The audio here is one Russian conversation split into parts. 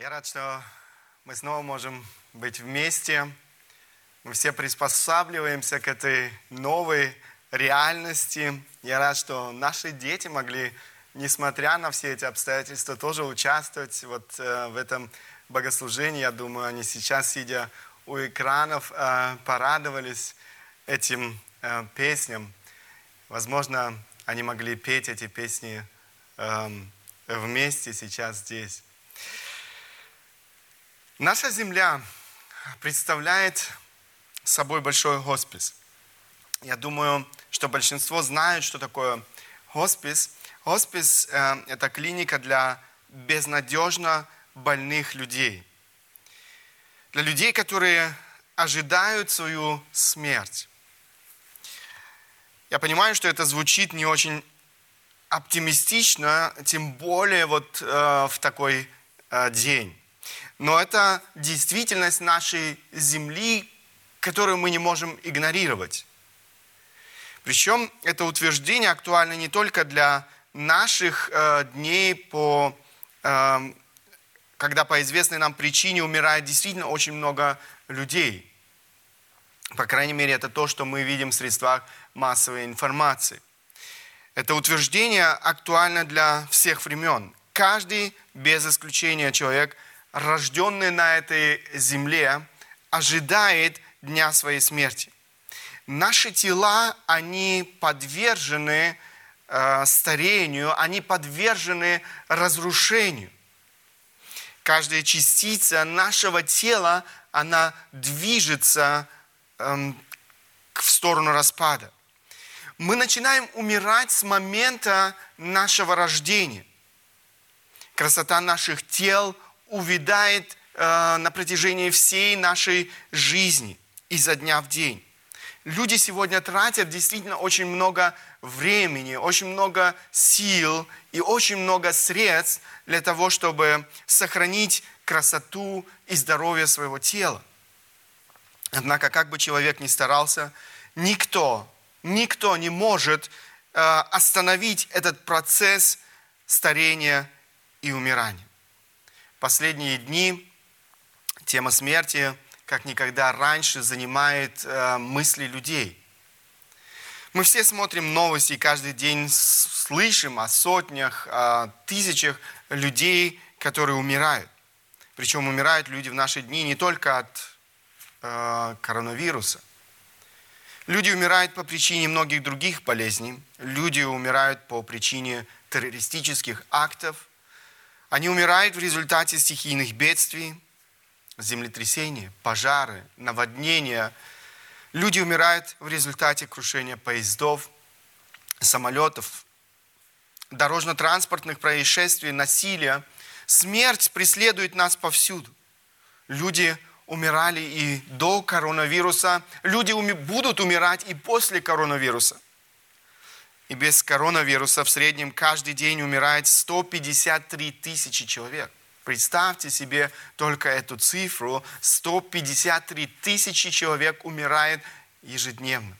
Я рад, что мы снова можем быть вместе. Мы все приспосабливаемся к этой новой реальности. Я рад, что наши дети могли, несмотря на все эти обстоятельства, тоже участвовать в этом богослужении. Я думаю, они сейчас, сидя у экранов, порадовались этим песням. Возможно, они могли петь эти песни вместе сейчас здесь. Наша земля представляет собой большой хоспис. Я думаю, что большинство знают, что такое хоспис. Хоспис – это клиника для безнадежно больных людей. Для людей, которые ожидают свою смерть. Я понимаю, что это звучит не очень оптимистично, тем более в такой день. Но это действительность нашей земли, которую мы не можем игнорировать. Причем это утверждение актуально не только для наших дней, когда по известной нам причине умирает действительно очень много людей. По крайней мере, это то, что мы видим в средствах массовой информации. Это утверждение актуально для всех времен. Каждый, без исключения человек, рожденный на этой земле, ожидает дня своей смерти. Наши тела, они подвержены старению, они подвержены разрушению. Каждая частица нашего тела, она движется в сторону распада. Мы начинаем умирать с момента нашего рождения. Красота наших тел увядает на протяжении всей нашей жизни, изо дня в день. Люди сегодня тратят действительно очень много времени, очень много сил и очень много средств для того, чтобы сохранить красоту и здоровье своего тела. Однако, как бы человек ни старался, никто не может остановить этот процесс старения и умирания. Последние дни тема смерти, как никогда раньше, занимает мысли людей. Мы все смотрим новости и каждый день слышим о сотнях, о тысячах людей, которые умирают. Причем умирают люди в наши дни не только от коронавируса. Люди умирают по причине многих других болезней. Люди умирают по причине террористических актов. Они умирают в результате стихийных бедствий, землетрясения, пожары, наводнения. Люди умирают в результате крушения поездов, самолетов, дорожно-транспортных происшествий, насилия. Смерть преследует нас повсюду. Люди умирали и до коронавируса. Люди будут умирать и после коронавируса. И без коронавируса в среднем каждый день умирает 153 тысячи человек. Представьте себе только эту цифру. 153 тысячи человек умирает ежедневно.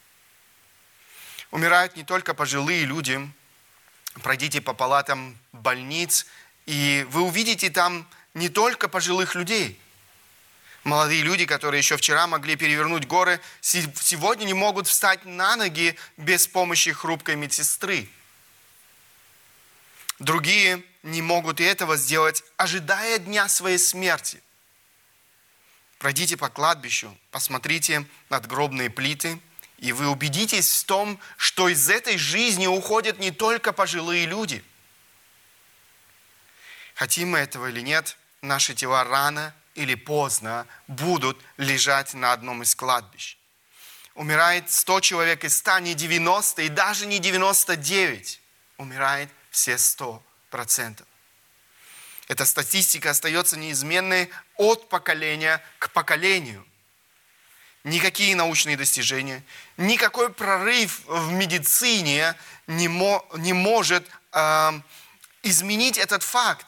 Умирают не только пожилые люди. Пройдите по палатам больниц, и вы увидите там не только пожилых людей. Молодые люди, которые еще вчера могли перевернуть горы, сегодня не могут встать на ноги без помощи хрупкой медсестры. Другие не могут и этого сделать, ожидая дня своей смерти. Пройдите по кладбищу, посмотрите надгробные плиты, и вы убедитесь в том, что из этой жизни уходят не только пожилые люди. Хотим мы этого или нет, наши тела рано или поздно будут лежать на одном из кладбищ. Умирает 100 человек из 100, не 90 и даже не 99. Умирает все 100%. Эта статистика остается неизменной от поколения к поколению. Никакие научные достижения, никакой прорыв в медицине не может изменить этот факт.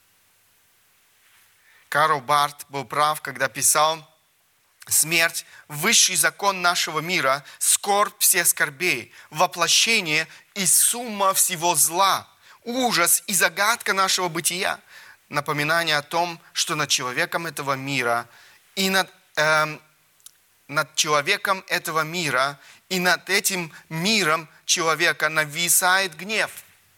Карл Барт был прав, когда писал: смерть – высший закон нашего мира, скорбь всех скорбей, воплощение и сумма всего зла, ужас и загадка нашего бытия. напоминание о том, что над человеком этого мира и над человеком этого мира и над этим миром человека нависает гнев.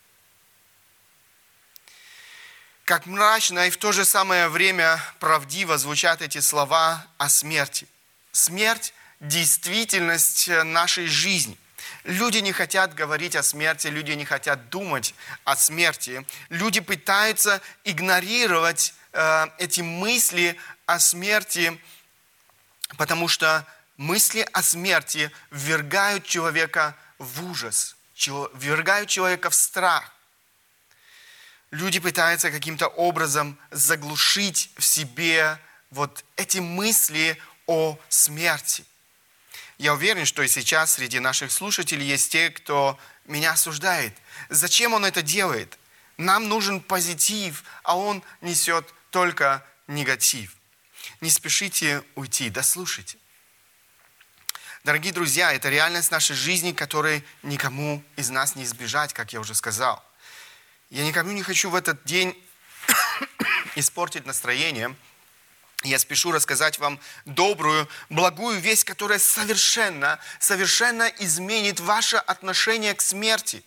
Как мрачно и в то же самое время правдиво звучат эти слова о смерти. Смерть – действительность нашей жизни. Люди не хотят говорить о смерти, люди не хотят думать о смерти. Люди пытаются игнорировать эти мысли о смерти, потому что мысли о смерти ввергают человека в ужас, ввергают человека в страх. Люди пытаются каким-то образом заглушить в себе вот эти мысли о смерти. Я уверен, что и сейчас среди наших слушателей есть те, кто меня осуждает. Зачем он это делает? Нам нужен позитив, а он несет только негатив. Не спешите уйти, дослушайте. Дорогие друзья, это реальность нашей жизни, которой никому из нас не избежать, как я уже сказал. Я никому не хочу в этот день испортить настроение. Я спешу рассказать вам добрую, благую весть, которая совершенно изменит ваше отношение к смерти.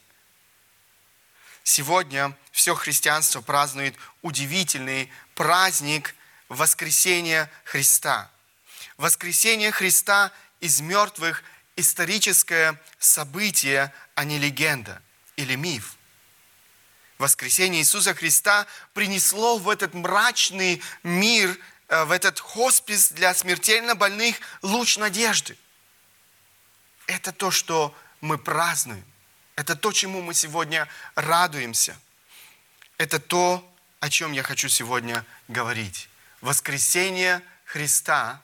Сегодня все христианство празднует удивительный праздник воскресения Христа. Воскресение Христа из мертвых – историческое событие, а не легенда или миф. Воскресение Иисуса Христа принесло в этот мрачный мир, в этот хоспис для смертельно больных луч надежды. Это то, что мы празднуем. Это то, чему мы сегодня радуемся. Это то, о чем я хочу сегодня говорить. Воскресение Христа,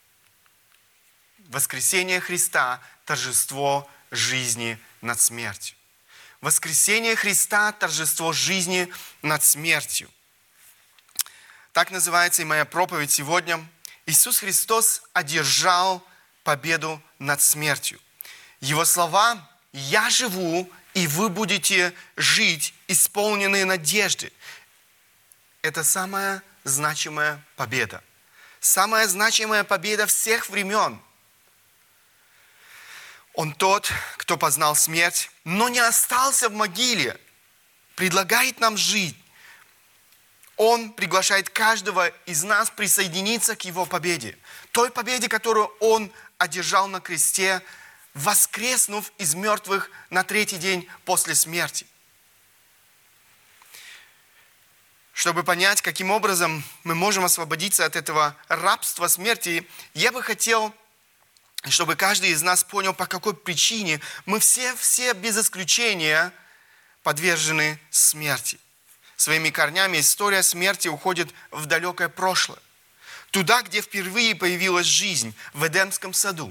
торжество жизни над смертью. Воскресение Христа, торжество жизни над смертью. Так называется и моя проповедь сегодня. Иисус Христос одержал победу над смертью. Его слова «Я живу, и вы будете жить, исполненные надежды». Это самая значимая победа. Самая значимая победа всех времен. Он тот, кто познал смерть, но не остался в могиле, предлагает нам жить. Он приглашает каждого из нас присоединиться к Его победе. Той победе, которую Он одержал на кресте, воскреснув из мертвых на третий день после смерти. Чтобы понять, каким образом мы можем освободиться от этого рабства смерти, я бы хотел, чтобы каждый из нас понял, по какой причине мы все без исключения подвержены смерти. Своими корнями история смерти уходит в далекое прошлое. Туда, где впервые появилась жизнь, в Эдемском саду.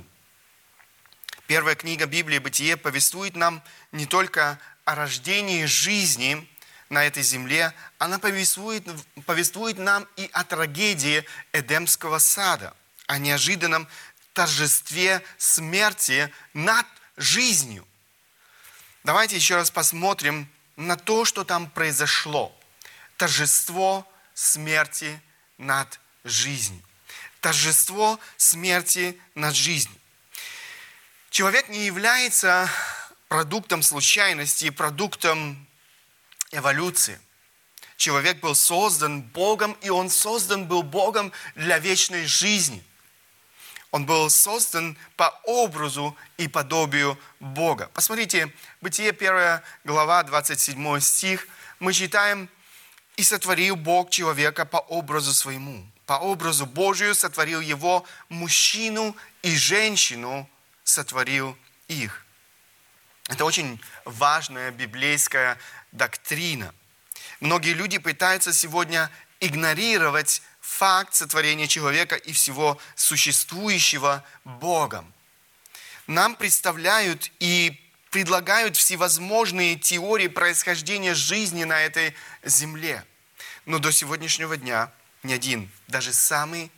Первая книга Библии «Бытие» повествует нам не только о рождении жизни на этой земле, она повествует нам и о трагедии Эдемского сада, о неожиданном торжестве смерти над жизнью. Давайте еще раз посмотрим на то, что там произошло. Торжество смерти над жизнью. Торжество смерти над жизнью. Человек не является продуктом случайности, продуктом эволюции. Человек был создан Богом, и он создан был Богом для вечной жизни. Он был создан по образу и подобию Бога. Посмотрите, Бытие 1 глава, 27 стих. Мы читаем: «И сотворил Бог человека по образу своему, по образу Божию сотворил его, мужчину и женщину сотворил их». Это очень важная библейская доктрина. Многие люди пытаются сегодня игнорировать факт сотворения человека и всего существующего Богом. Нам представляют и предлагают всевозможные теории происхождения жизни на этой земле. Но до сегодняшнего дня ни один, даже самый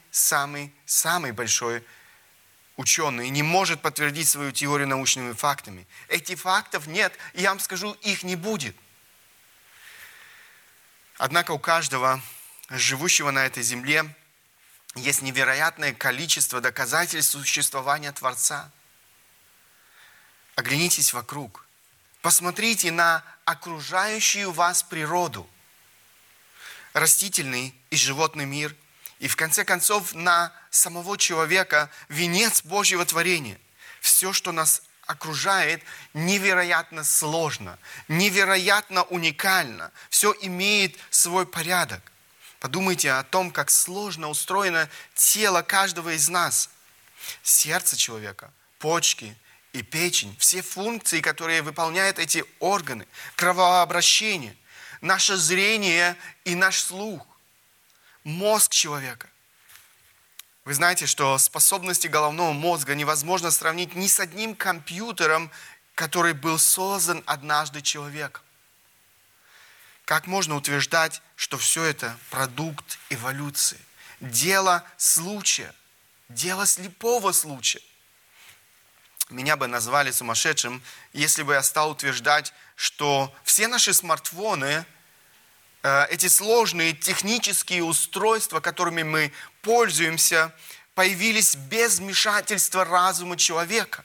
большой ученый не может подтвердить свою теорию научными фактами. Этих фактов нет, и я вам скажу, их не будет. Однако у каждого живущего на этой земле, есть невероятное количество доказательств существования Творца. Оглянитесь вокруг. Посмотрите на окружающую вас природу, растительный и животный мир, и в конце концов на самого человека, венец Божьего творения. Все, что нас окружает, невероятно сложно, невероятно уникально. Все имеет свой порядок. Подумайте о том, как сложно устроено тело каждого из нас. Сердце человека, почки и печень, все функции, которые выполняют эти органы, кровообращение, наше зрение и наш слух, мозг человека. Вы знаете, что способности головного мозга невозможно сравнить ни с одним компьютером, который был создан однажды человеком. Как можно утверждать, что все это продукт эволюции? Дело случая, дело слепого случая. Меня бы назвали сумасшедшим, если бы я стал утверждать, что все наши смартфоны, эти сложные технические устройства, которыми мы пользуемся, появились без вмешательства разума человека,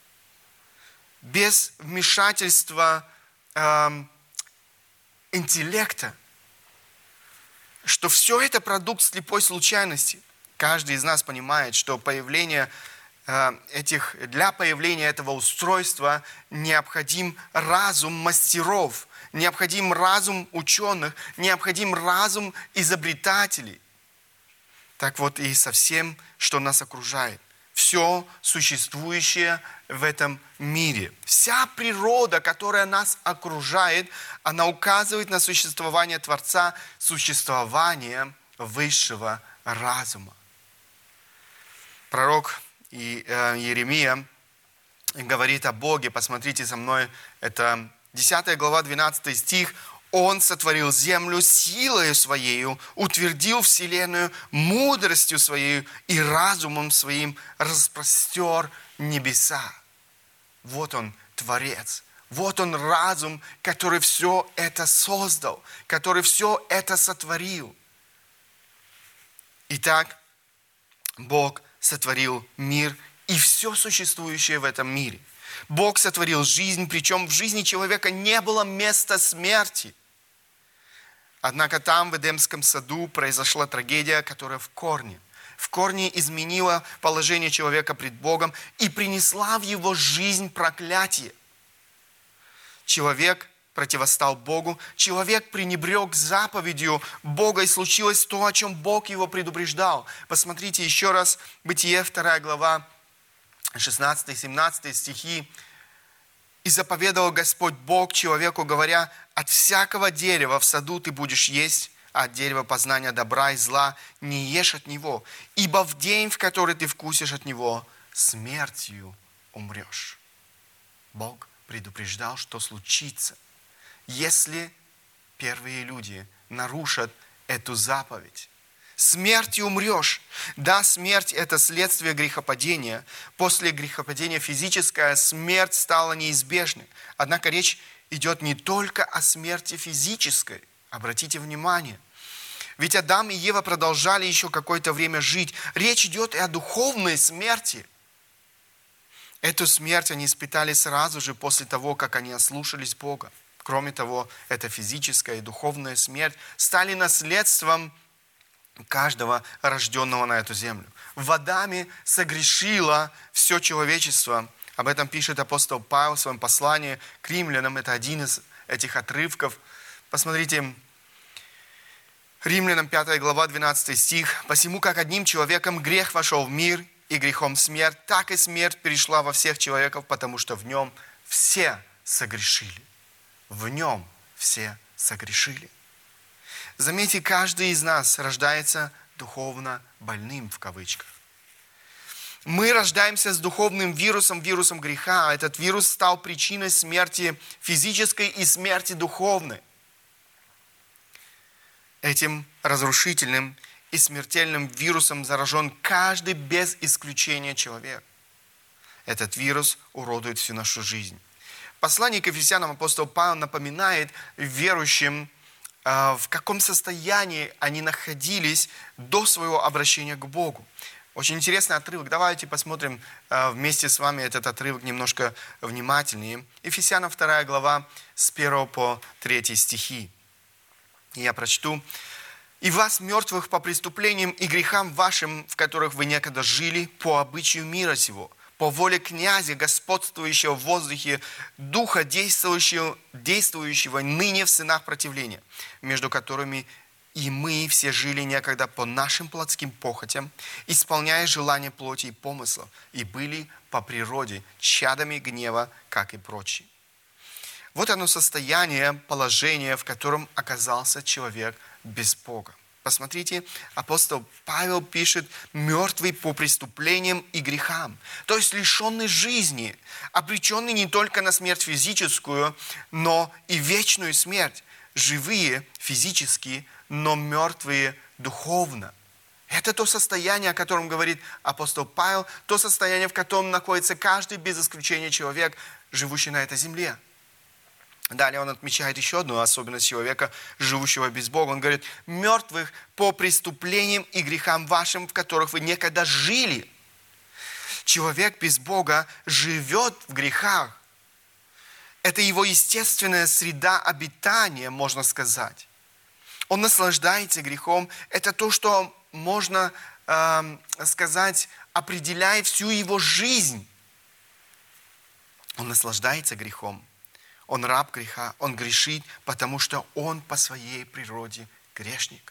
без вмешательства интеллекта, что все это продукт слепой случайности. Каждый из нас понимает, что для появления этого устройства необходим разум мастеров, необходим разум ученых, необходим разум изобретателей. Так вот и со всем, что нас окружает. Все существующее в этом мире. Вся природа, которая нас окружает, она указывает на существование Творца, существование высшего разума. Пророк Иеремия говорит о Боге. Посмотрите со мной, это 10 глава, 12 стих. Он сотворил землю силою Своею, утвердил вселенную мудростью Своею и разумом Своим распростер небеса. Вот Он, Творец. Вот Он, разум, который все это создал, который все это сотворил. Итак, Бог сотворил мир и все существующее в этом мире. Бог сотворил жизнь, причем в жизни человека не было места смерти. Однако там, в Эдемском саду, произошла трагедия, которая в корне изменила положение человека пред Богом и принесла в его жизнь проклятие. Человек противостал Богу, человек пренебрег заповедью Бога, и случилось то, о чем Бог его предупреждал. Посмотрите еще раз, Бытие 2 глава, 16-17 стихи. «И заповедовал Господь Бог человеку, говоря, от всякого дерева в саду ты будешь есть, а от дерева познания добра и зла не ешь от него, ибо в день, в который ты вкусишь от него, смертью умрешь». Бог предупреждал, что случится, если первые люди нарушат эту заповедь. Смертью умрешь. Да, смерть – это следствие грехопадения. После грехопадения физическая смерть стала неизбежной. Однако речь идет не только о смерти физической. Обратите внимание. Ведь Адам и Ева продолжали еще какое-то время жить. Речь идет и о духовной смерти. Эту смерть они испытали сразу же после того, как они ослушались Бога. Кроме того, эта физическая и духовная смерть стали наследством каждого рожденного на эту землю. В Адаме согрешило все человечество. Об этом пишет апостол Павел в своем послании к римлянам. Это один из этих отрывков. Посмотрите, Римлянам 5 глава, 12 стих. «Посему, как одним человеком грех вошел в мир, и грехом смерть, так и смерть перешла во всех человеков, потому что в нем все согрешили». В нем все согрешили. Заметьте, каждый из нас рождается духовно больным, в кавычках. Мы рождаемся с духовным вирусом, вирусом греха. Этот вирус стал причиной смерти физической и смерти духовной. Этим разрушительным и смертельным вирусом заражен каждый без исключения человек. Этот вирус уродует всю нашу жизнь. В послании к Ефесянам апостол Павел напоминает верующим в каком состоянии они находились до своего обращения к Богу. Очень интересный отрывок. Давайте посмотрим вместе с вами этот отрывок немножко внимательнее. Ефесянам 2 глава с 1 по 3 стихи. Я прочту. «И вас, мертвых по преступлениям и грехам вашим, в которых вы некогда жили, по обычаю мира сего, по воле князя, господствующего в воздухе, духа, действующего ныне в сынах противления, между которыми и мы все жили некогда по нашим плотским похотям, исполняя желания плоти и помыслов, и были по природе чадами гнева, как и прочие». Вот оно состояние, положение, в котором оказался человек без Бога. Посмотрите, апостол Павел пишет: мертвый по преступлениям и грехам. То есть лишенный жизни, обреченный не только на смерть физическую, но и вечную смерть. Живые физически, но мертвые духовно. Это то состояние, о котором говорит апостол Павел, то состояние, в котором находится каждый без исключения человек, живущий на этой земле. Далее он отмечает еще одну особенность человека, живущего без Бога. Он говорит: мертвых по преступлениям и грехам вашим, в которых вы некогда жили. Человек без Бога живет в грехах. Это его естественная среда обитания, можно сказать. Он наслаждается грехом. Это то, что можно сказать, определяет всю его жизнь. Он наслаждается грехом. Он раб греха, он грешит, потому что он по своей природе грешник.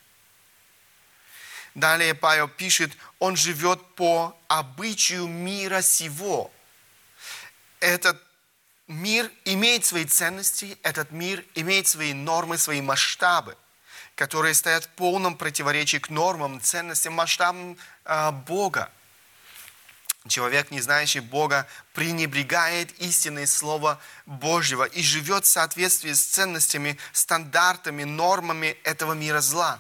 Далее Павел пишет: он живет по обычаю мира сего. Этот мир имеет свои ценности, этот мир имеет свои нормы, свои масштабы, которые стоят в полном противоречии к нормам, ценностям, масштабам Бога. Человек, не знающий Бога, пренебрегает истинное Слово Божьего и живет в соответствии с ценностями, стандартами, нормами этого мира зла.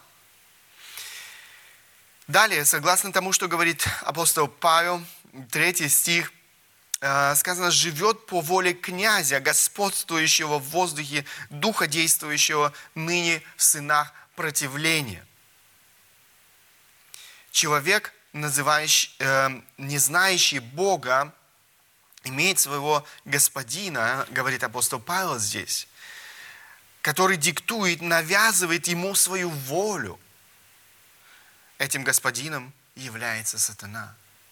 Далее, согласно тому, что говорит апостол Павел, 3 стих, сказано: живет по воле князя, господствующего в воздухе, духа, действующего ныне в сынах противления. Человек, не знающий Бога, имеет своего господина, говорит апостол Павел здесь, который диктует, навязывает ему свою волю. Этим господином является сатана.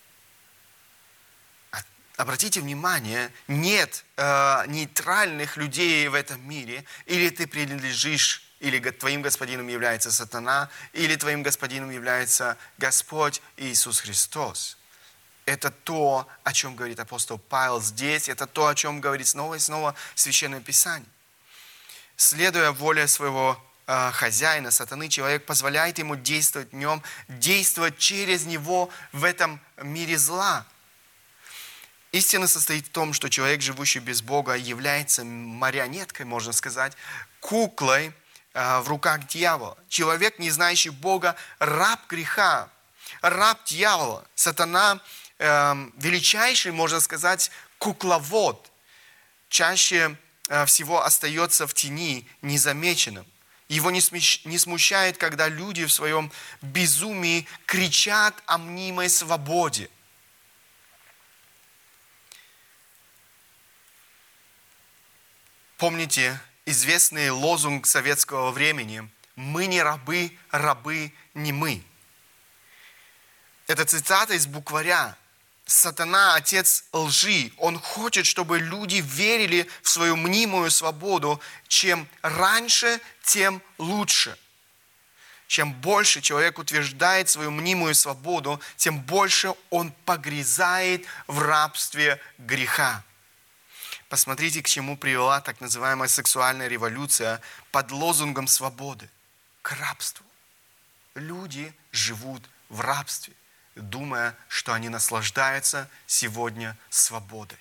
Обратите внимание, нет нейтральных людей в этом мире. Или ты принадлежишь, или твоим господином является сатана, или твоим господином является Господь Иисус Христос. Это то, о чем говорит апостол Павел здесь, это то, о чем говорит снова и снова Священное Писание. Следуя воле своего хозяина, сатаны, человек позволяет ему действовать в нем, действовать через него в этом мире зла. Истина состоит в том, что человек, живущий без Бога, является марионеткой, можно сказать, куклой в руках дьявола. Человек, не знающий Бога, раб греха, раб дьявола. Сатана величайший, можно сказать, кукловод. Чаще всего остается в тени, незамеченным. Его не смущает, когда люди в своем безумии кричат о мнимой свободе. Помните известный лозунг советского времени: «Мы не рабы, рабы не мы». Это цитата из букваря. Сатана, отец лжи, он хочет, чтобы люди верили в свою мнимую свободу. Чем раньше, тем лучше. Чем больше человек утверждает свою мнимую свободу, тем больше он погрязает в рабстве греха. Посмотрите, к чему привела так называемая сексуальная революция под лозунгом свободы. К рабству. Люди живут в рабстве, думая, что они наслаждаются сегодня свободой.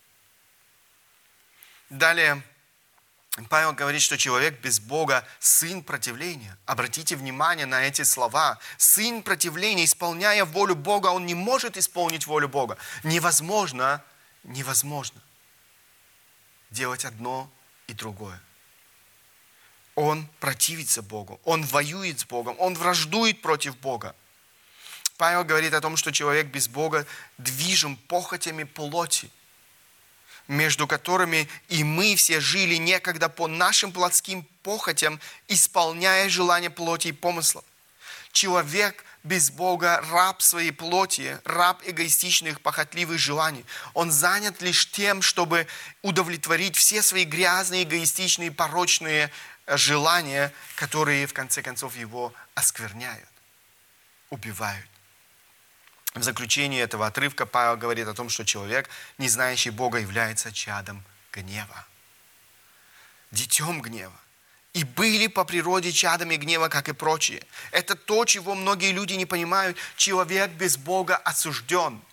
Далее Павел говорит, что человек без Бога – сын противления. Обратите внимание на эти слова. Сын противления, исполняя волю Бога, он не может исполнить волю Бога. Невозможно делать одно и другое. он противится Богу, он воюет с Богом, он враждует против Бога. Павел говорит о том, что человек без Бога движим похотями плоти, между которыми и мы все жили некогда по нашим плотским похотям, исполняя желания плоти и помыслов. Человек без Бога раб своей плоти, раб эгоистичных, похотливых желаний. Он занят лишь тем, чтобы удовлетворить все свои грязные, эгоистичные, порочные желания, которые в конце концов его оскверняют, убивают. В заключении этого отрывка Павел говорит о том, что человек, не знающий Бога, является чадом гнева, детем гнева. И были по природе чадами гнева, как и прочие. Это то, чего многие люди не понимают. Человек без Бога осужден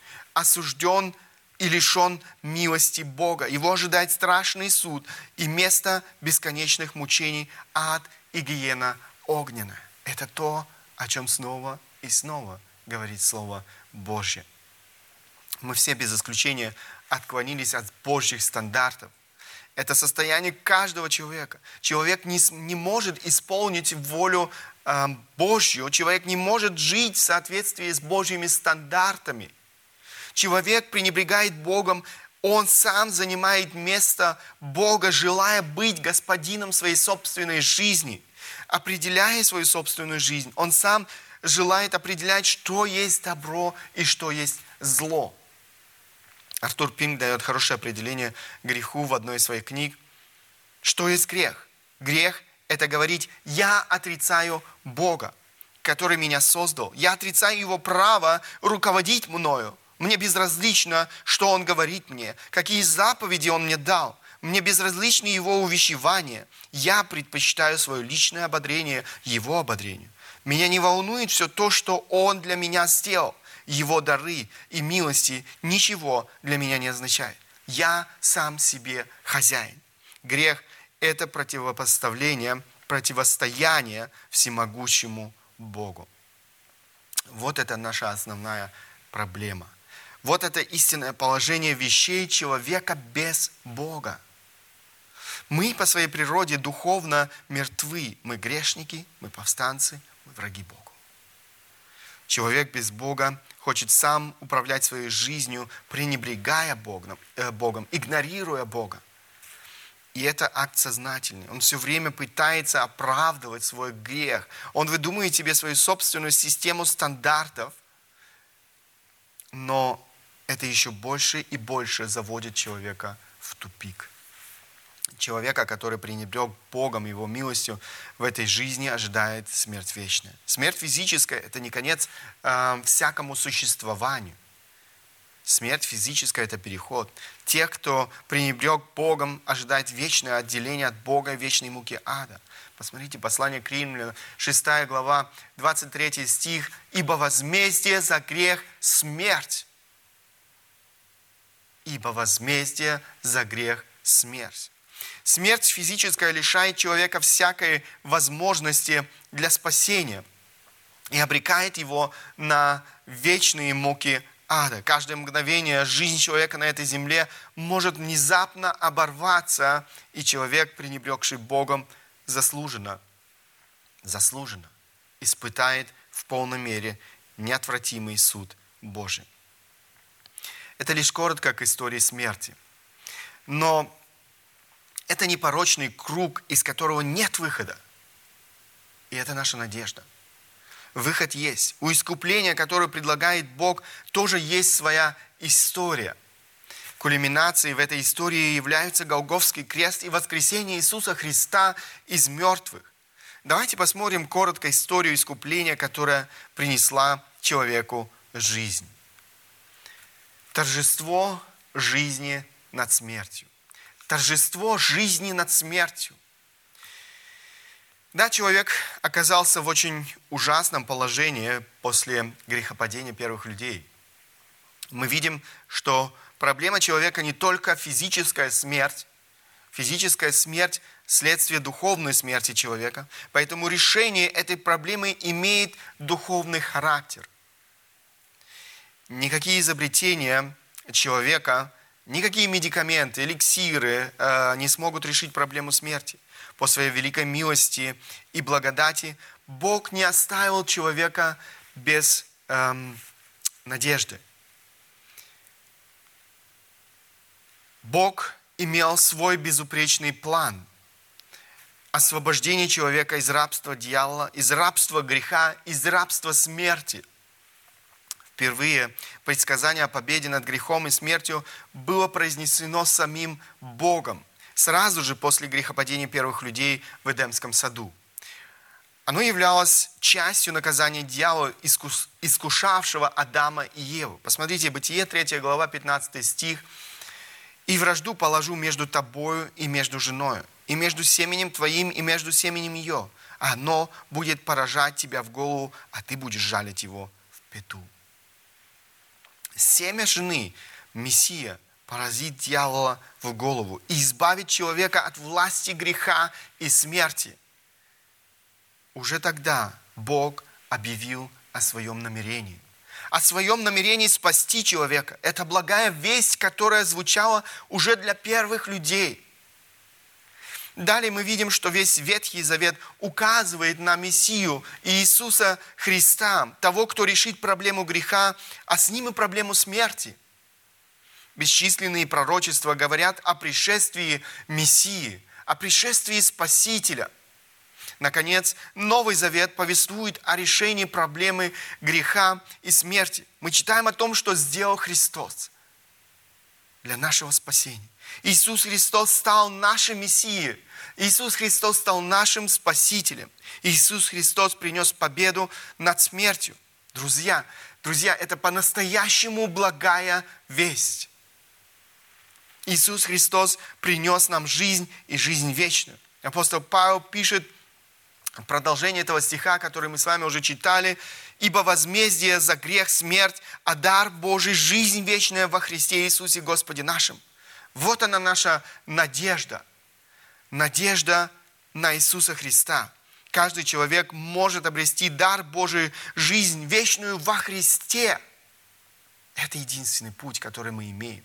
и лишен милости Бога. Его ожидает страшный суд и место бесконечных мучений, ад и гиена огненная. Это то, о чем снова и снова говорит Слово Божье. Мы все без исключения отклонились от Божьих стандартов. Это состояние каждого человека. Человек не может исполнить волю Божью. Человек не может жить в соответствии с Божьими стандартами. Человек пренебрегает Богом. Он сам занимает место Бога, желая быть господином своей собственной жизни. Определяя свою собственную жизнь, он сам желает определять, что есть добро и что есть зло. Артур Пинк дает хорошее определение греху в одной из своих книг. Что есть грех? Грех – это говорить: я отрицаю Бога, который меня создал. Я отрицаю Его право руководить мною. Мне безразлично, что Он говорит мне, какие заповеди Он мне дал. Мне безразличны Его увещевания. Я предпочитаю свое личное ободрение Его ободрению. Меня не волнует все то, что Он для меня сделал. Его дары и милости ничего для меня не означает. Я сам себе хозяин. Грех – это противостояние всемогущему Богу. Вот это наша основная проблема. Вот это истинное положение вещей человека без Бога. Мы по своей природе духовно мертвы. Мы грешники, мы повстанцы, мы враги Богу. Человек без Бога хочет сам управлять своей жизнью, пренебрегая Богом, игнорируя Бога. И это акт сознательный. Он все время пытается оправдывать свой грех. Он выдумывает себе свою собственную систему стандартов, но это еще больше и больше заводит человека в тупик. Человека, который пренебрег Богом, Его милостью, в этой жизни ожидает смерть вечная. Смерть физическая – это не конец всякому существованию. Смерть физическая – это переход. Тех, кто пренебрег Богом, ожидает вечное отделение от Бога и вечной муки ада. Посмотрите, послание к Римлянам, 6 глава, 23 стих. «Ибо возмездие за грех – смерть». Ибо возмездие за грех – смерть. Смерть физическая лишает человека всякой возможности для спасения и обрекает его на вечные муки ада. Каждое мгновение жизни человека на этой земле может внезапно оборваться, и человек, пренебрегший Богом, заслуженно испытает в полной мере неотвратимый суд Божий. Это лишь коротко к истории смерти. Но это непорочный круг, из которого нет выхода. И это наша надежда. Выход есть. У искупления, которое предлагает Бог, тоже есть своя история. Кульминацией в этой истории являются Голгофский крест и воскресение Иисуса Христа из мертвых. Давайте посмотрим коротко историю искупления, которая принесла человеку жизнь. Торжество жизни над смертью. Торжество жизни над смертью. Да, человек оказался в очень ужасном положении после грехопадения первых людей. Мы видим, что проблема человека не только физическая смерть – следствие духовной смерти человека, поэтому решение этой проблемы имеет духовный характер. Никакие изобретения человека Никакие медикаменты, эликсиры не смогут решить проблему смерти. По своей великой милости и благодати Бог не оставил человека без надежды. Бог имел свой безупречный план освобождения человека из рабства дьявола, из рабства греха, из рабства смерти. Впервые предсказание о победе над грехом и смертью было произнесено самим Богом, сразу же после грехопадения первых людей в Эдемском саду. Оно являлось частью наказания дьявола, искушавшего Адама и Еву. Посмотрите, Бытие, 3 глава, 15 стих. «И вражду положу между тобою и между женою, и между семенем твоим и между семенем ее. Оно будет поражать тебя в голову, а ты будешь жалить его в пяту». Семя жены, Мессия, поразит дьявола в голову и избавит человека от власти греха и смерти. Уже тогда Бог объявил о своем намерении. О своем намерении спасти человека. Это благая весть, которая звучала уже для первых людей. Далее мы видим, что весь Ветхий Завет указывает на Мессию Иисуса Христа, того, кто решит проблему греха, а с ним и проблему смерти. Бесчисленные пророчества говорят о пришествии Мессии, о пришествии Спасителя. Наконец, Новый Завет повествует о решении проблемы греха и смерти. Мы читаем о том, что сделал Христос для нашего спасения. Иисус Христос стал нашим Мессией. Иисус Христос стал нашим Спасителем. Иисус Христос принес победу над смертью. Друзья, это по-настоящему благая весть. Иисус Христос принес нам жизнь и жизнь вечную. Апостол Павел пишет продолжение этого стиха, который мы с вами уже читали. «Ибо возмездие за грех смерть, а дар Божий жизнь вечная во Христе Иисусе Господе нашим». Вот она наша надежда. Надежда на Иисуса Христа. Каждый человек может обрести дар Божий, жизнь вечную во Христе. Это единственный путь, который мы имеем.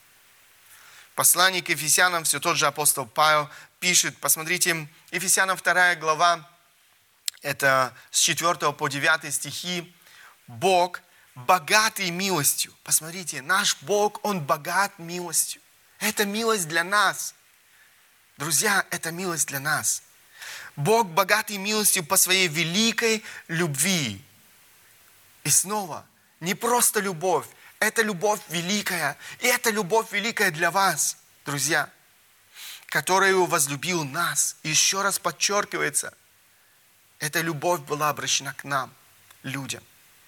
В послании к Ефесянам все тот же апостол Павел пишет, посмотрите, Ефесянам 2 глава, это с 4 по 9 стихи. Бог богатый милостью. Посмотрите, наш Бог, Он богат милостью. Это милость для нас. Друзья, это милость для нас. Бог богатый милостью по своей великой любви. И снова, не просто любовь, это любовь великая. И это любовь великая для вас, друзья, которую возлюбил нас. И еще раз подчеркивается, эта любовь была обращена к нам, людям.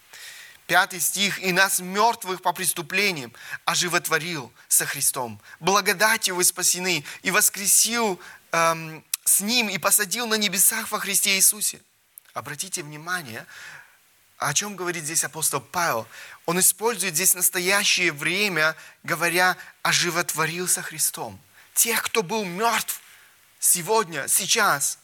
5 стих. «И нас, мертвых по преступлениям, оживотворил со Христом. Благодатью вы спасены, и воскресил с Ним, и посадил на небесах во Христе Иисусе». Обратите внимание, о чем говорит здесь апостол Павел. Он использует здесь настоящее время, говоря «оживотворил со Христом». Тех, кто был мертв сегодня, сейчас,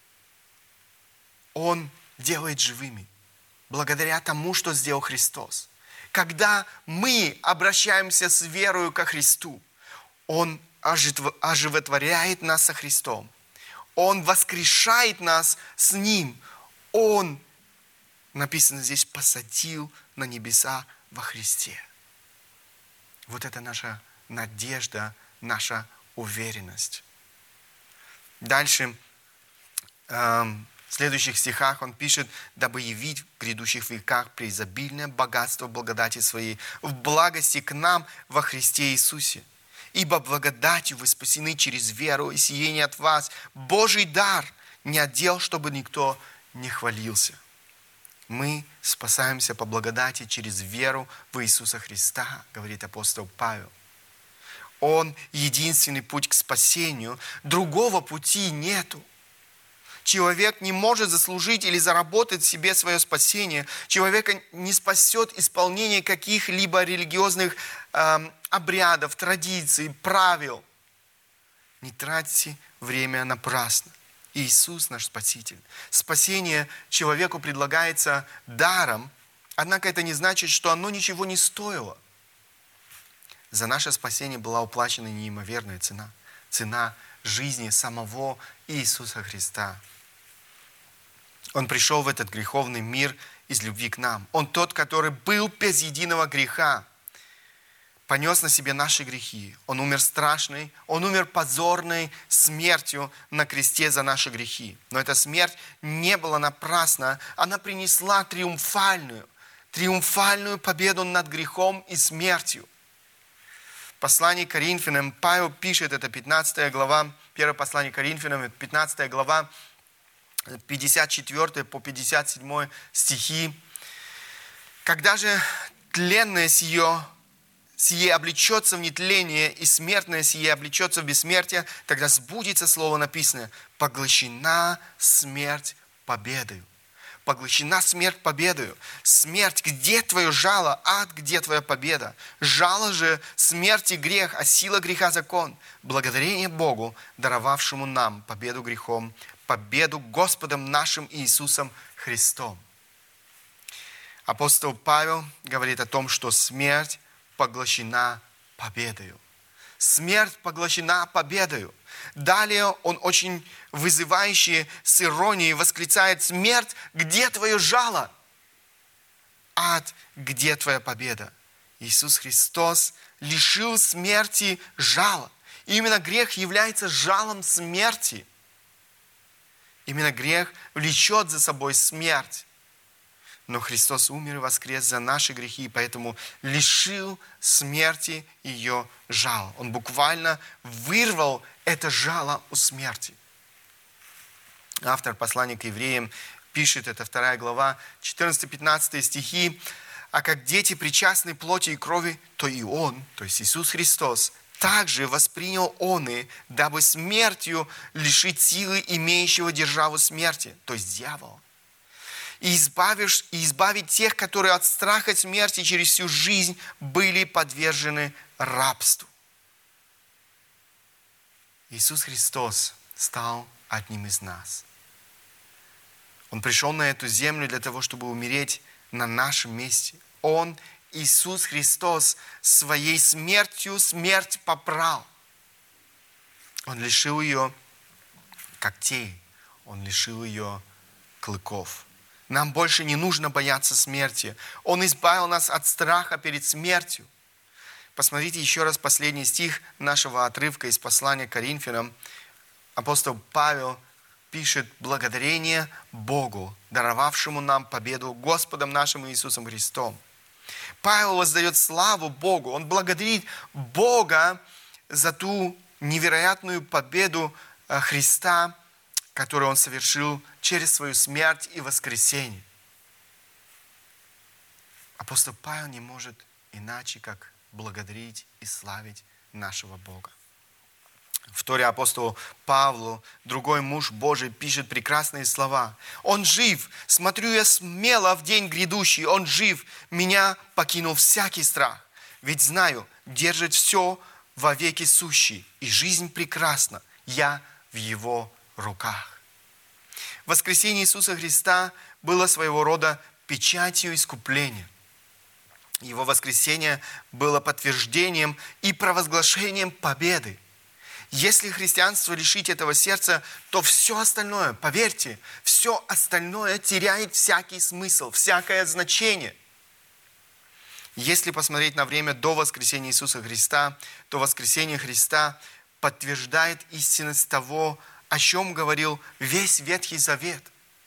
Он делает живыми. Благодаря тому, что сделал Христос. Когда мы обращаемся с верою ко Христу, Он оживотворяет нас со Христом. Он воскрешает нас с Ним. Он, написано здесь, посадил на небеса во Христе. Вот это наша надежда, наша уверенность. Дальше, в следующих стихах он пишет: «Дабы явить в грядущих веках преизобильное богатство благодати своей в благости к нам во Христе Иисусе. Ибо благодатью вы спасены через веру, и сие не от вас. Божий дар, не от дел, чтобы никто не хвалился». Мы спасаемся по благодати через веру в Иисуса Христа, говорит апостол Павел. Он единственный путь к спасению, другого пути нету. Человек не может заслужить или заработать себе свое спасение. Человека не спасет исполнение каких-либо религиозных обрядов, традиций, правил. Не тратьте время напрасно. Иисус наш Спаситель. Спасение человеку предлагается даром, однако это не значит, что оно ничего не стоило. За наше спасение была уплачена неимоверная цена. Цена жизни самого Иисуса Христа. Он пришел в этот греховный мир из любви к нам. Он тот, который был без единого греха, понес на себе наши грехи. Он умер страшной, он умер позорной смертью на кресте за наши грехи. Но эта смерть не была напрасна, она принесла триумфальную победу над грехом и смертью. В послании к Коринфянам Павел пишет, это 15 глава, первое послание к Коринфянам, 15 глава, 54 по 57 стихи. «Когда же тленное сие облечется в нетление, и смертное сие облечется в бессмертие, тогда сбудется слово написанное: поглощена смерть победою». Поглощена смерть победою. Смерть, где твое жало? Ад, где твоя победа? Жало же смерть и грех, а сила греха закон. Благодарение Богу, даровавшему нам победу грехом, победу Господом нашим Иисусом Христом. Апостол Павел говорит о том, что смерть поглощена победою. Смерть поглощена победою. Далее он очень вызывающе с иронией восклицает: смерть, где твое жало? Ад, где твоя победа? Иисус Христос лишил смерти жала. И именно грех является жалом смерти. Именно грех влечет за собой смерть. Но Христос умер и воскрес за наши грехи, поэтому лишил смерти ее жало. Он буквально вырвал это жало у смерти. Автор послания к евреям пишет, это 2 глава, 14-15 стихи: «А как дети причастны плоти и крови, то и Он, то есть Иисус Христос, также воспринял он и, дабы смертью лишить силы имеющего державу смерти, то есть дьявола, и избавить тех, которые от страха смерти через всю жизнь были подвержены рабству». Иисус Христос стал одним из нас. Он пришел на эту землю для того, чтобы умереть на нашем месте. Он, Иисус Христос, своей смертью смерть попрал. Он лишил ее когтей, Он лишил ее клыков. Нам больше не нужно бояться смерти. Он избавил нас от страха перед смертью. Посмотрите еще раз последний стих нашего отрывка из послания к Коринфянам. Апостол Павел пишет: благодарение Богу, даровавшему нам победу Господом нашим Иисусом Христом. Павел воздает славу Богу. Он благодарит Бога за ту невероятную победу Христа, которую Он совершил через свою смерть и воскресение. Апостол Павел не может иначе, как благодарить и славить нашего Бога. В Торе апостолу Павлу другой муж Божий пишет прекрасные слова: «Он жив, смотрю я смело в день грядущий, Он жив, меня покинул всякий страх. Ведь знаю, держит все во веки сущий, и жизнь прекрасна, я в Его руках». Воскресение Иисуса Христа было своего рода печатью искупления. Его воскресение было подтверждением и провозглашением победы. Если христианство лишить этого сердца, то все остальное, поверьте, все остальное теряет всякий смысл, всякое значение. Если посмотреть на время до воскресения Иисуса Христа, то воскресение Христа подтверждает истинность того, о чем говорил весь Ветхий Завет.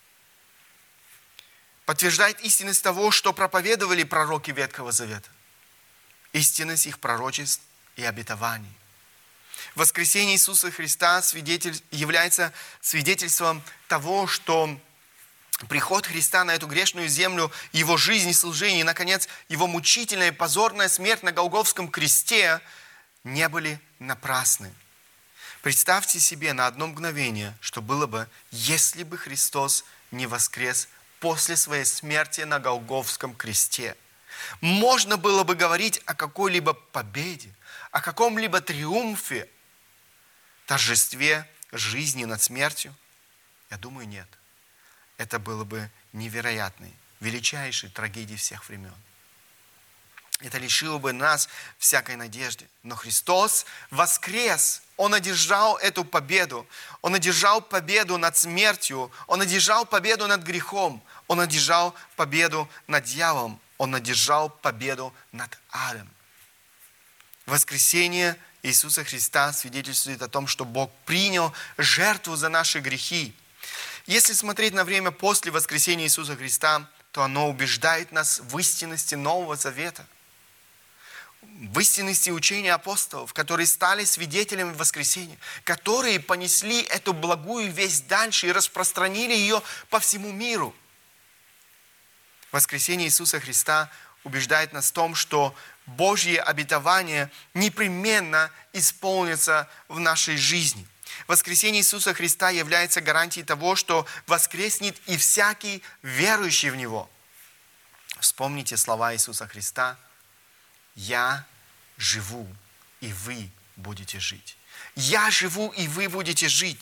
Подтверждает истинность того, что проповедовали пророки Ветхого Завета. Истинность их пророчеств и обетований. Воскресение Иисуса Христа является свидетельством того, что приход Христа на эту грешную землю, Его жизнь и служение, и, наконец, Его мучительная и позорная смерть на Голгофском кресте не были напрасны. Представьте себе на одно мгновение, что было бы, если бы Христос не воскрес после своей смерти на Голгофском кресте. Можно было бы говорить о какой-либо победе, о каком-либо триумфе, торжестве жизни над смертью? Я думаю, нет. Это было бы невероятной, величайшей трагедией всех времен. это лишило бы нас всякой надежды. Но Христос воскрес. Он одержал эту победу. Он одержал победу над смертью. Он одержал победу над грехом. Он одержал победу над дьяволом. Он одержал победу над адом. Воскресение Иисуса Христа свидетельствует о том, что Бог принял жертву за наши грехи. Если смотреть на время после воскресения Иисуса Христа, то оно убеждает нас в истинности Нового Завета, в истинности учения апостолов, которые стали свидетелями воскресения, которые понесли эту благую весть дальше и распространили ее по всему миру. Воскресение Иисуса Христа убеждает нас в том, что Божье обетование непременно исполнится в нашей жизни. Воскресение Иисуса Христа является гарантией того, что воскреснет и всякий верующий в Него. Вспомните слова Иисуса Христа: «Я живу, и вы будете жить». Я живу, и вы будете жить.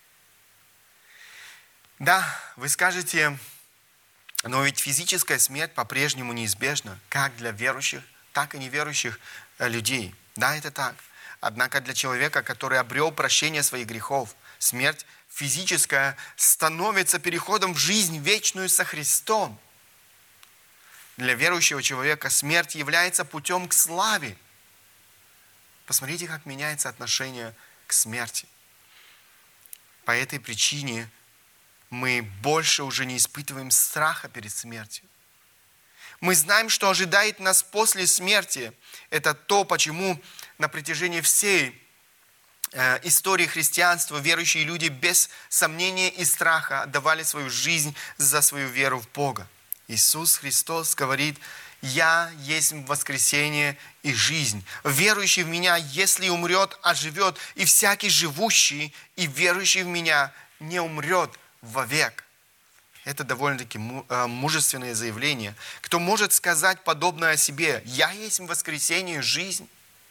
Да, вы скажете, но ведь физическая смерть по-прежнему неизбежна, как для верующих, так и неверующих людей. Да, это так. Однако для человека, который обрел прощение своих грехов, смерть физическая становится переходом в жизнь вечную со Христом. Для верующего человека смерть является путем к славе. Посмотрите, как меняется отношение к смерти. По этой причине мы больше уже не испытываем страха перед смертью. Мы знаем, что ожидает нас после смерти. Это то, почему на протяжении всей истории христианства верующие люди без сомнения и страха отдавали свою жизнь за свою веру в Бога. Иисус Христос говорит: «Я есть воскресение и жизнь. Верующий в Меня, если умрет, оживет, и всякий живущий и верующий в Меня не умрет вовек». Это довольно-таки мужественное заявление. Кто может сказать подобное о себе? «Я есть воскресение и жизнь»?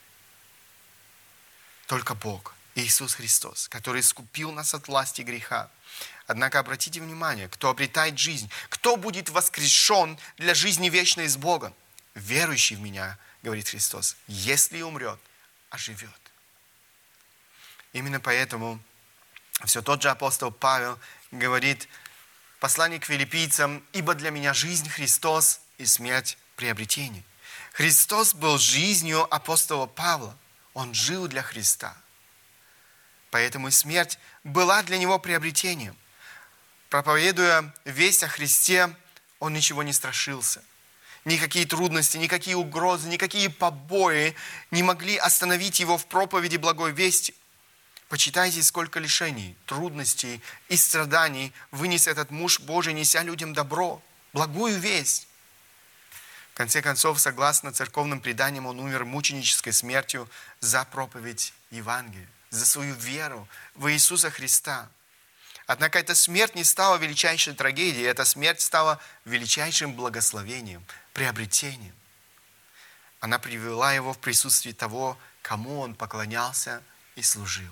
Только Бог, Иисус Христос, который искупил нас от власти греха. Однако обратите внимание, кто обретает жизнь, кто будет воскрешен для жизни вечной с Богом? Верующий в Меня, говорит Христос, если умрет, оживет. Именно поэтому все тот же апостол Павел говорит в послании к филиппийцам: «Ибо для меня жизнь Христос и смерть приобретение». Христос был жизнью апостола Павла. Он жил для Христа. Поэтому и смерть была для него приобретением. Проповедуя весть о Христе, он ничего не страшился. Никакие трудности, никакие угрозы, никакие побои не могли остановить его в проповеди благой вести. Почитайте, сколько лишений, трудностей и страданий вынес этот муж Божий, неся людям добро, благую весть. В конце концов, согласно церковным преданиям, он умер мученической смертью за проповедь Евангелия, за свою веру в Иисуса Христа. Однако эта смерть не стала величайшей трагедией, эта смерть стала величайшим благословением, приобретением. Она привела его в присутствие того, кому он поклонялся и служил.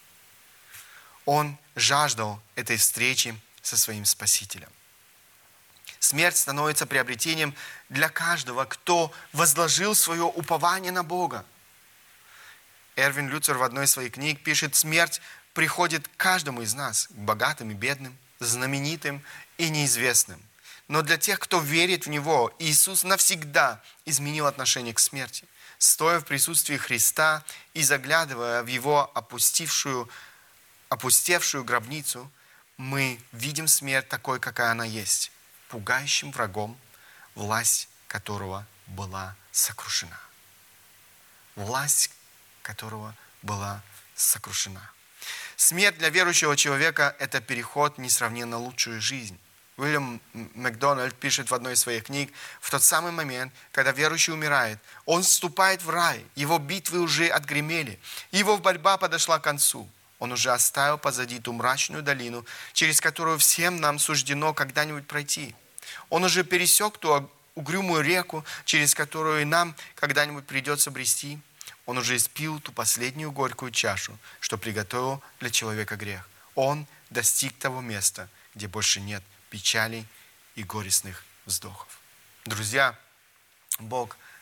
Он жаждал этой встречи со своим Спасителем. Смерть становится приобретением для каждого, кто возложил свое упование на Бога. Эрвин Люцер в одной из своих книг пишет: смерть приходит к каждому из нас, к богатым и бедным, знаменитым и неизвестным. Но для тех, кто верит в Него, Иисус навсегда изменил отношение к смерти. Стоя в присутствии Христа и заглядывая в Его опустевшую гробницу, мы видим смерть такой, какая она есть, пугающим врагом, власть которого была сокрушена. Власть которого была сокрушена. Смерть для верующего человека – это переход в несравненно лучшую жизнь. Уильям Макдональд пишет в одной из своих книг: в тот самый момент, когда верующий умирает, он вступает в рай, его битвы уже отгремели, его борьба подошла к концу. Он уже оставил позади ту мрачную долину, через которую всем нам суждено когда-нибудь пройти. Он уже пересек ту угрюмую реку, через которую и нам когда-нибудь придется брести. Он уже испил ту последнюю горькую чашу, что приготовил для человека грех. Он достиг того места, где больше нет печалей и горестных вздохов. Друзья, Бог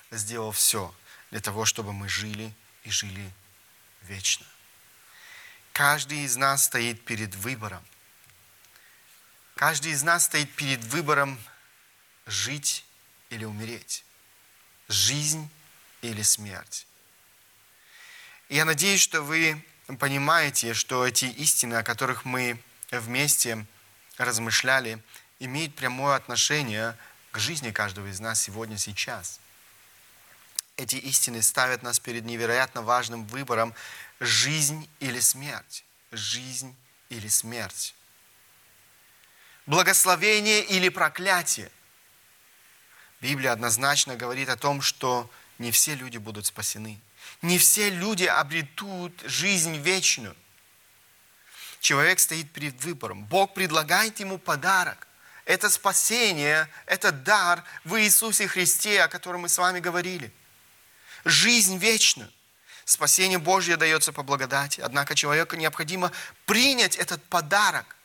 сделал все для того, чтобы мы жили и жили вечно. Каждый из нас стоит перед выбором. Каждый из нас стоит перед выбором жить или умереть. Жизнь или смерть. И я надеюсь, что вы понимаете, что эти истины, о которых мы вместе размышляли, имеют прямое отношение к жизни каждого из нас сегодня, сейчас. Эти истины ставят нас перед невероятно важным выбором: жизнь или смерть. Жизнь или смерть. Благословение или проклятие. Библия однозначно говорит о том, что не все люди будут спасены. Не все люди обретут жизнь вечную. Человек стоит перед выбором. Бог предлагает ему подарок. Это спасение, это дар в Иисусе Христе, о котором мы с вами говорили. Жизнь вечную. Спасение Божье дается по благодати. Однако человеку необходимо принять этот подарок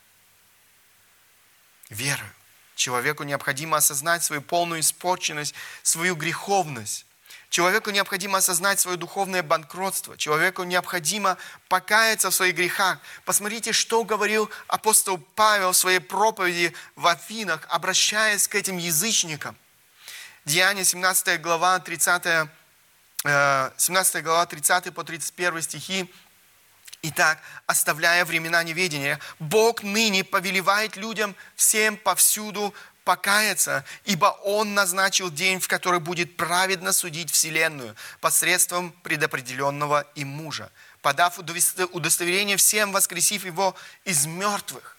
верою. Человеку необходимо осознать свою полную испорченность, свою греховность. Человеку необходимо осознать свое духовное банкротство. Человеку необходимо покаяться в своих грехах. Посмотрите, что говорил апостол Павел в своей проповеди в Афинах, обращаясь к этим язычникам. Деяния 17 глава 30 по 31 стихи. Итак, оставляя времена неведения, Бог ныне повелевает людям всем повсюду покаяться, ибо Он назначил день, в который будет праведно судить вселенную посредством предопределенного им мужа, подав удостоверение всем, воскресив Его из мертвых.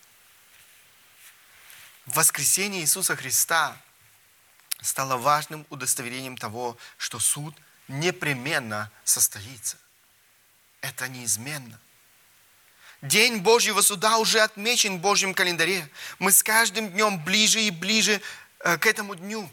Воскресение Иисуса Христа стало важным удостоверением того, что суд непременно состоится. Это неизменно. День Божьего суда уже отмечен в Божьем календаре. Мы с каждым днем ближе и ближе к этому дню.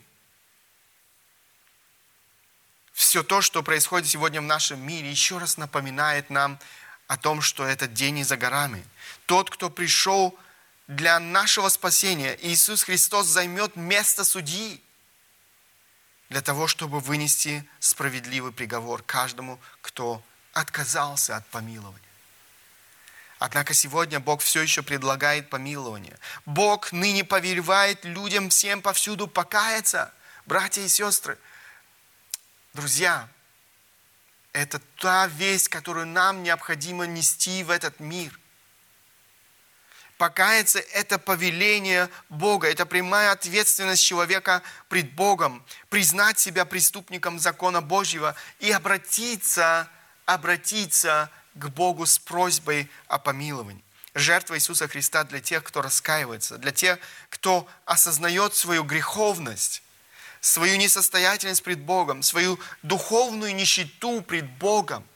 Все то, что происходит сегодня в нашем мире, еще раз напоминает нам о том, что этот день не за горами. Тот, кто пришел для нашего спасения, Иисус Христос, займет место судьи для того, чтобы вынести справедливый приговор каждому, кто отказался от помилования. Однако сегодня Бог все еще предлагает помилование. Бог ныне повелевает людям всем повсюду покаяться. Братья и сестры, друзья, это та весть, которую нам необходимо нести в этот мир. Покаяться – это повеление Бога, это прямая ответственность человека пред Богом, признать себя преступником закона Божьего и обратиться к Богу с просьбой о помиловании. Жертва Иисуса Христа для тех, кто раскаивается, для тех, кто осознает свою греховность, свою несостоятельность пред Богом, свою духовную нищету пред Богом.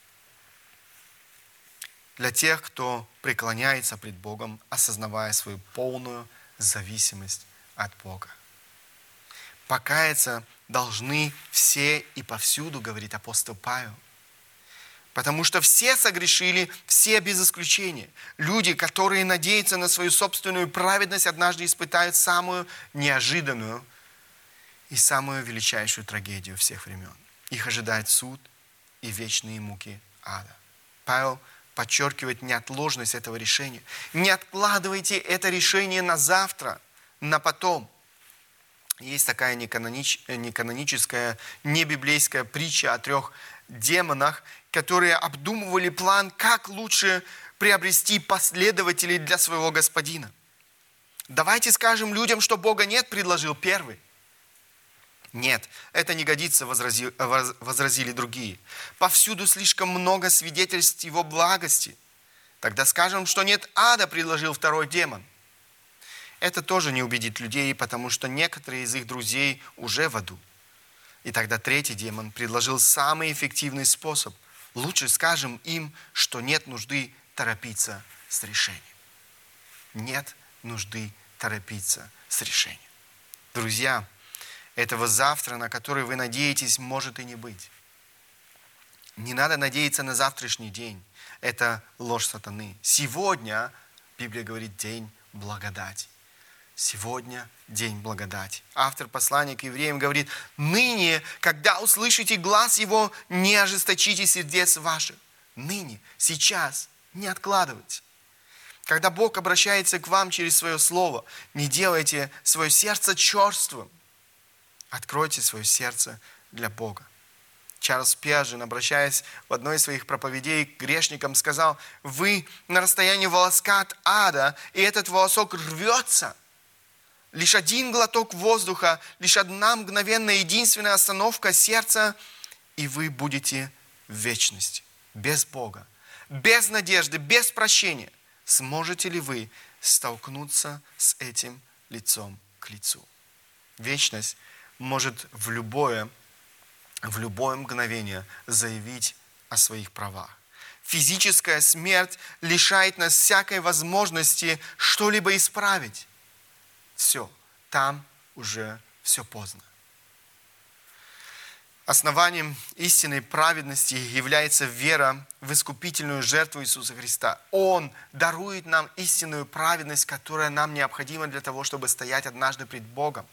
Для тех, кто преклоняется пред Богом, осознавая свою полную зависимость от Бога. Покаяться должны все и повсюду, говорит апостол Павел. Потому что все согрешили, все без исключения. Люди, которые надеются на свою собственную праведность, однажды испытают самую неожиданную и самую величайшую трагедию всех времен. Их ожидает суд и вечные муки ада. Павел подчеркивает неотложность этого решения. Не откладывайте это решение на завтра, на потом. Есть такая неканоническая, небиблейская притча о 3 демонах, которые обдумывали план, как лучше приобрести последователей для своего господина. Давайте скажем людям, что Бога нет, предложил первый. Нет, это не годится, возразили другие. Повсюду слишком много свидетельств Его благости. Тогда скажем, что нет ада, предложил второй демон. Это тоже не убедит людей, потому что некоторые из их друзей уже в аду. И тогда третий демон предложил самый эффективный способ. Лучше скажем им, что нет нужды торопиться с решением. Нет нужды торопиться с решением. Друзья, этого завтра, на который вы надеетесь, может и не быть. Не надо надеяться на завтрашний день. Это ложь сатаны. Сегодня, Библия говорит, день благодати. Сегодня день благодати. Автор послания к евреям говорит: ныне, когда услышите глас Его, не ожесточите сердец ваших. Ныне, сейчас, не откладывайте. Когда Бог обращается к вам через свое слово, не делайте свое сердце черствым. Откройте свое сердце для Бога. Чарльз Спержин, обращаясь в одной из своих проповедей к грешникам, сказал: вы на расстоянии волоска от ада, и этот волосок рвется. Лишь один глоток воздуха, лишь одна мгновенная единственная остановка сердца, и вы будете в вечности. Без Бога, без надежды, без прощения. Сможете ли вы столкнуться с этим лицом к лицу? Вечность может в любое мгновение заявить о своих правах. Физическая смерть лишает нас всякой возможности что-либо исправить. Все, там уже все поздно. Основанием истинной праведности является вера в искупительную жертву Иисуса Христа. Он дарует нам истинную праведность, которая нам необходима для того, чтобы стоять однажды пред Богом.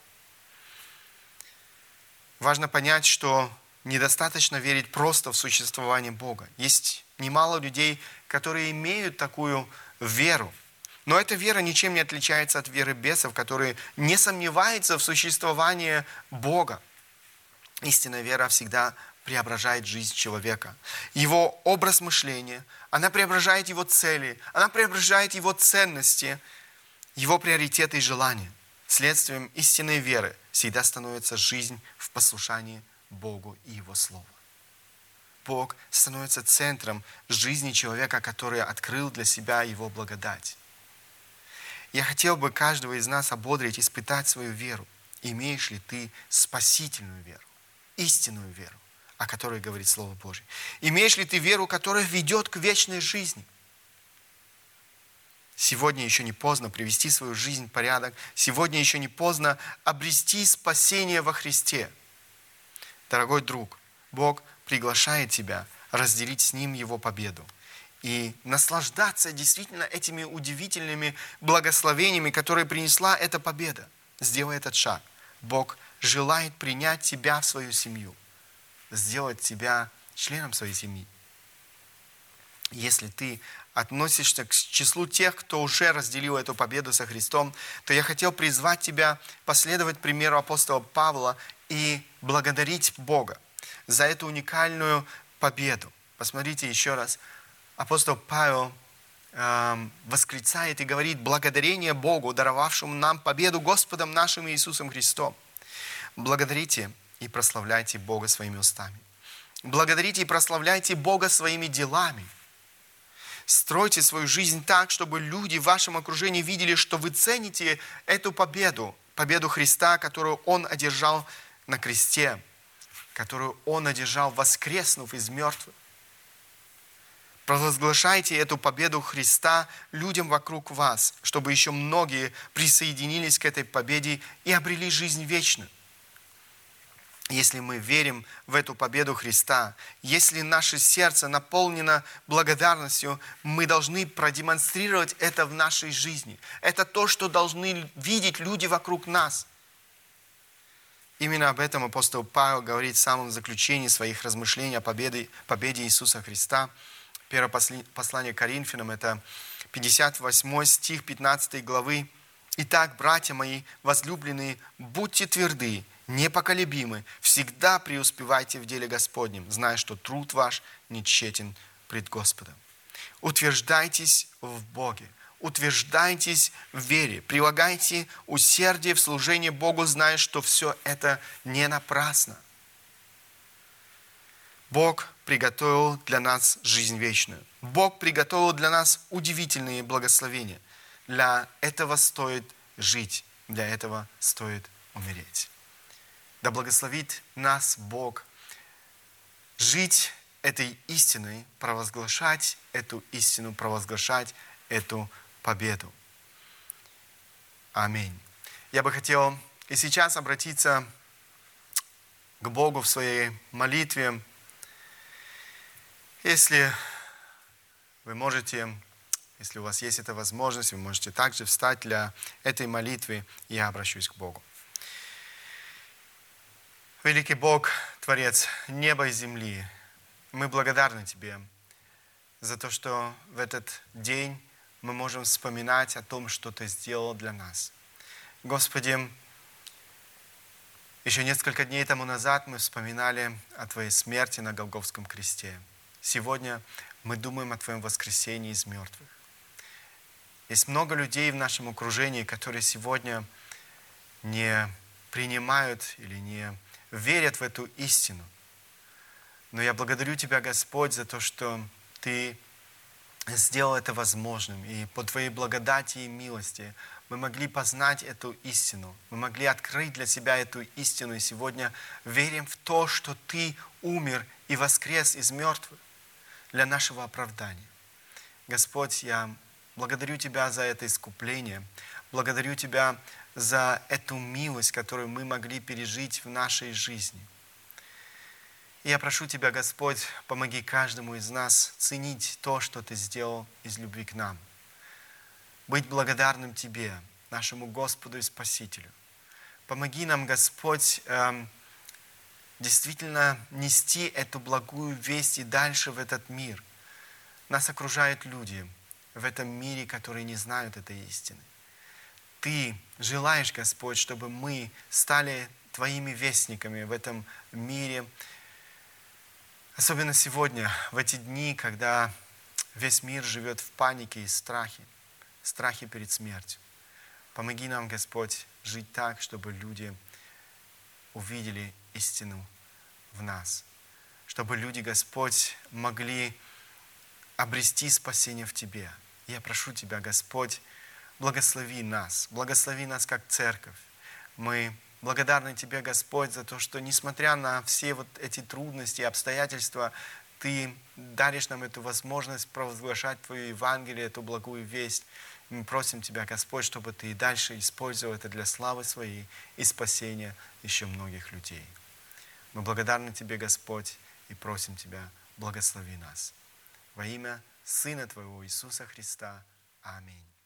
Важно понять, что недостаточно верить просто в существование Бога. Есть немало людей, которые имеют такую веру. Но эта вера ничем не отличается от веры бесов, которые не сомневаются в существовании Бога. Истинная вера всегда преображает жизнь человека. Его образ мышления, она преображает его цели, она преображает его ценности, его приоритеты и желания. Следствием истинной веры всегда становится жизнь в послушании Богу и Его Слову. Бог становится центром жизни человека, который открыл для себя Его благодать. Я хотел бы каждого из нас ободрить, испытать свою веру. Имеешь ли ты спасительную веру, истинную веру, о которой говорит Слово Божье? Имеешь ли ты веру, которая ведет к вечной жизни? Сегодня еще не поздно привести свою жизнь в порядок. Сегодня еще не поздно обрести спасение во Христе. Дорогой друг, Бог приглашает тебя разделить с Ним Его победу и наслаждаться действительно этими удивительными благословениями, которые принесла эта победа. Сделай этот шаг. Бог желает принять тебя в свою семью, сделать тебя членом своей семьи. Если ты относишься к числу тех, кто уже разделил эту победу со Христом, то я хотел призвать тебя последовать примеру апостола Павла и благодарить Бога за эту уникальную победу. Посмотрите еще раз. Апостол Павел восклицает и говорит: благодарение Богу, даровавшему нам победу Господом нашим Иисусом Христом. Благодарите и прославляйте Бога своими устами. Благодарите и прославляйте Бога своими делами. Стройте свою жизнь так, чтобы люди в вашем окружении видели, что вы цените эту победу, победу Христа, которую Он одержал на кресте, которую Он одержал, воскреснув из мертвых. Провозглашайте эту победу Христа людям вокруг вас, чтобы еще многие присоединились к этой победе и обрели жизнь вечную. Если мы верим в эту победу Христа, если наше сердце наполнено благодарностью, мы должны продемонстрировать это в нашей жизни. Это то, что должны видеть люди вокруг нас. Именно об этом апостол Павел говорит в самом заключении своих размышлений о победе Иисуса Христа. Первое послание к Коринфянам, это 58 стих 15 главы. «Итак, братья мои, возлюбленные, будьте тверды, непоколебимы, всегда преуспевайте в деле Господнем, зная, что труд ваш не тщетен пред Господом». Утверждайтесь в Боге, утверждайтесь в вере, прилагайте усердие в служении Богу, зная, что все это не напрасно. Бог приготовил для нас жизнь вечную. Бог приготовил для нас удивительные благословения. Для этого стоит жить, для этого стоит умереть. Да благословит нас Бог жить этой истиной, провозглашать эту истину, провозглашать эту победу. Аминь. Я бы хотел и сейчас обратиться к Богу в своей молитве. Если вы можете Если у вас есть эта возможность, вы можете также встать для этой молитвы, и я обращусь к Богу. Великий Бог, Творец неба и земли, мы благодарны Тебе за то, что в этот день мы можем вспоминать о том, что Ты сделал для нас. Господи, еще несколько дней тому назад мы вспоминали о Твоей смерти на Голгофском кресте. Сегодня мы думаем о Твоем воскресении из мертвых. Есть много людей в нашем окружении, которые сегодня не принимают или не верят в эту истину. Но я благодарю Тебя, Господь, за то, что Ты сделал это возможным. И по Твоей благодати и милости мы могли познать эту истину. Мы могли открыть для себя эту истину. И сегодня верим в то, что Ты умер и воскрес из мертвых для нашего оправдания. Господь, я благодарю Тебя за это искупление. Благодарю Тебя за эту милость, которую мы могли пережить в нашей жизни. И я прошу Тебя, Господь, помоги каждому из нас ценить то, что Ты сделал из любви к нам. Быть благодарным Тебе, нашему Господу и Спасителю. Помоги нам, Господь, действительно нести эту благую весть и дальше в этот мир. Нас окружают люди в этом мире, которые не знают этой истины. Ты желаешь, Господь, чтобы мы стали Твоими вестниками в этом мире. Особенно сегодня, в эти дни, когда весь мир живет в панике и страхе перед смертью. Помоги нам, Господь, жить так, чтобы люди увидели истину в нас. Чтобы люди, Господь, могли обрести спасение в Тебе. Я прошу Тебя, Господь, благослови нас как церковь. Мы благодарны Тебе, Господь, за то, что, несмотря на все вот эти трудности и обстоятельства, Ты даришь нам эту возможность провозглашать Твое Евангелие, эту благую весть. И мы просим Тебя, Господь, чтобы Ты и дальше использовал это для славы Своей и спасения еще многих людей. Мы благодарны Тебе, Господь, и просим Тебя, благослови нас. Во имя Сына Твоего Иисуса Христа. Аминь.